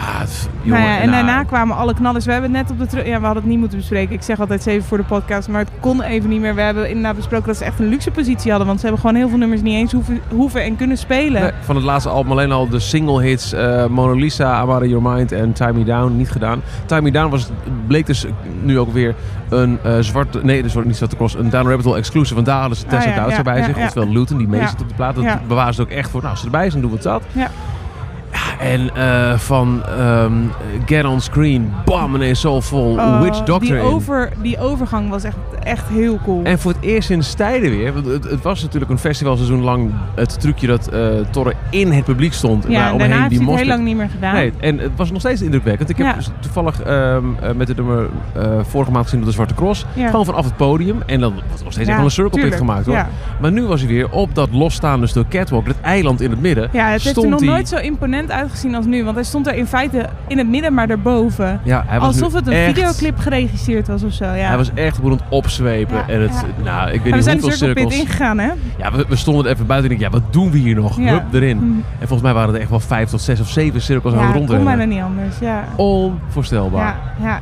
En daarna kwamen alle knallers. We hebben het net we hadden het niet moeten bespreken. Ik zeg altijd 7 voor de podcast, maar het kon even niet meer. We hebben inderdaad besproken dat ze echt een luxe positie hadden. Want ze hebben gewoon heel veel nummers niet eens hoeven en kunnen spelen. Nee, van het laatste album alleen al de single hits Mona Lisa, I'm Out of Your Mind en Tie Me Down niet gedaan. Tie Me Down bleek dus nu ook weer een Zwarte Cross, een Down Rabbit Hole exclusive. Want daar hadden ze Tessa Duitser bij zich. Oftewel Luton, die meest op de plaat. Dat bewaren ze ook echt voor. Nou, als ze erbij zijn, doen we het dat. Ja. En van Get On Screen, bam, ineens soulful, Witch Doctor die overgang was echt heel cool. En voor het eerst sinds tijden weer, want het was natuurlijk een festivalseizoen lang het trucje dat Torre in het publiek stond. Ja, en daarna heeft hij het heel lang niet meer gedaan. Nee, en het was nog steeds indrukwekkend. Ik heb toevallig met het nummer vorige maand gezien op de Zwarte Cross, gewoon vanaf het podium. En dan was nog steeds even een circle pit gemaakt hoor. Ja. Maar nu was hij weer op dat losstaande stuk catwalk, dat eiland in het midden. Ja, het heeft er nog nooit zo imponent uitgezien als nu. Want hij stond er in feite in het midden, maar daarboven. Ja, alsof het een videoclip geregisseerd was of zo. Ja. Hij was echt gewoon opzwepen. Ja, en ik weet niet hoeveel cirkels. We zijn de ingegaan, hè? Ja, we stonden er even buiten en wat doen we hier nog? Ja. Hup, erin. En volgens mij waren er echt wel 5 tot 6 of 7 cirkels aan het rondrennen. Ja, kon bijna niet anders. Ja. Onvoorstelbaar. Ja.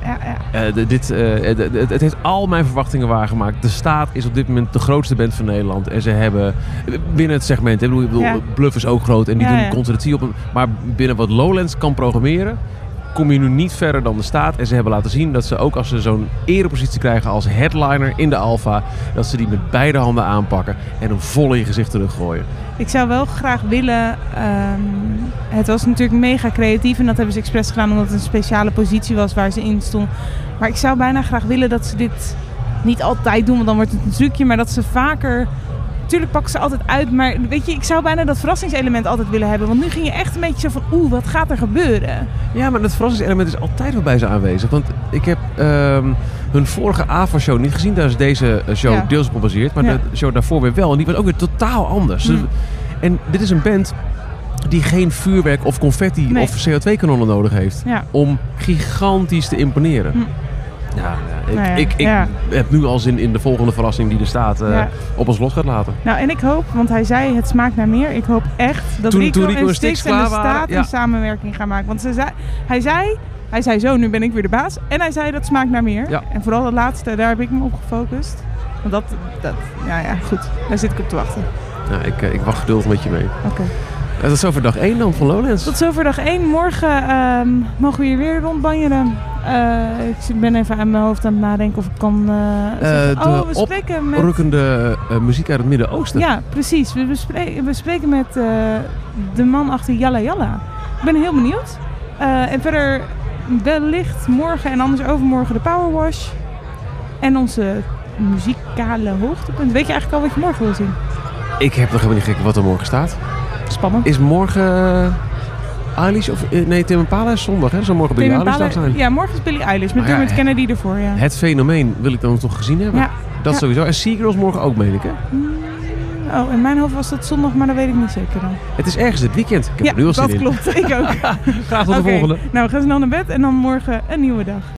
Het heeft al mijn verwachtingen waargemaakt. De Staat is op dit moment de grootste band van Nederland. En ze hebben binnen het segment, Bluff is ook groot en die doen concertatie op. Maar binnen wat Lowlands kan programmeren, kom je nu niet verder dan de staat. En ze hebben laten zien dat ze ook als ze zo'n erepositie krijgen als headliner in de Alfa, dat ze die met beide handen aanpakken en hem vol in je gezicht teruggooien. Ik zou wel graag willen... het was natuurlijk mega creatief en dat hebben ze expres gedaan omdat het een speciale positie was waar ze in stonden. Maar ik zou bijna graag willen dat ze dit niet altijd doen, want dan wordt het een trucje, maar dat ze vaker... Tuurlijk pakken ze altijd uit, maar weet je, ik zou bijna dat verrassingselement altijd willen hebben. Want nu ging je echt een beetje zo van, wat gaat er gebeuren? Ja, maar dat verrassingselement is altijd wel bij ze aanwezig. Want ik heb hun vorige AVA-show niet gezien. Daar is deze show deels op gebaseerd. Maar de show daarvoor weer wel. En die was ook weer totaal anders. En dit is een band die geen vuurwerk of confetti of CO2-kanonnen nodig heeft. Om gigantisch te imponeren. Ik heb nu al zin in de volgende verrassing die de staat op ons los gaat laten. Nou, en ik hoop, want hij zei het smaakt naar meer. Ik hoop echt dat Rico en Styx en de staat een samenwerking gaan maken. Want hij zei zo, nu ben ik weer de baas. En hij zei dat smaakt naar meer. Ja. En vooral dat laatste, daar heb ik me op gefocust. Want goed. Daar zit ik op te wachten. Ja, ik wacht geduldig met je mee. Oké. Dat is zover dag 1 dan van Lowlands. Tot zover dag 1. Morgen mogen we hier weer rondbanjeren. Ik ben even aan mijn hoofd aan het nadenken of ik kan... we spreken met... oprukkende muziek uit het Midden-Oosten. Ja, precies. We spreken met de man achter Yalla Yalla. Ik ben heel benieuwd. En verder wellicht morgen en anders overmorgen de Powerwash. En onze muzikale hoogtepunt. Weet je eigenlijk al wat je morgen wil zien? Ik heb nog helemaal niet gekeken wat er morgen staat. Spannend. Is morgen Eilish of... Nee, Tim Impala is zondag, hè? Zal morgen Billie Eilish dag zijn? Ja, morgen is Billie Eilish met Dermot Kennedy ervoor, ja. Het fenomeen wil ik dan toch gezien hebben. Ja. Dat sowieso. En Seagirls morgen ook, meen ik, hè? In mijn hoofd was dat zondag, maar dat weet ik niet zeker dan. Het is ergens dit weekend. Ik heb er nu al zin in. Ja, dat klopt. Ik ook. Graag tot de volgende. Nou, we gaan snel naar bed en dan morgen een nieuwe dag.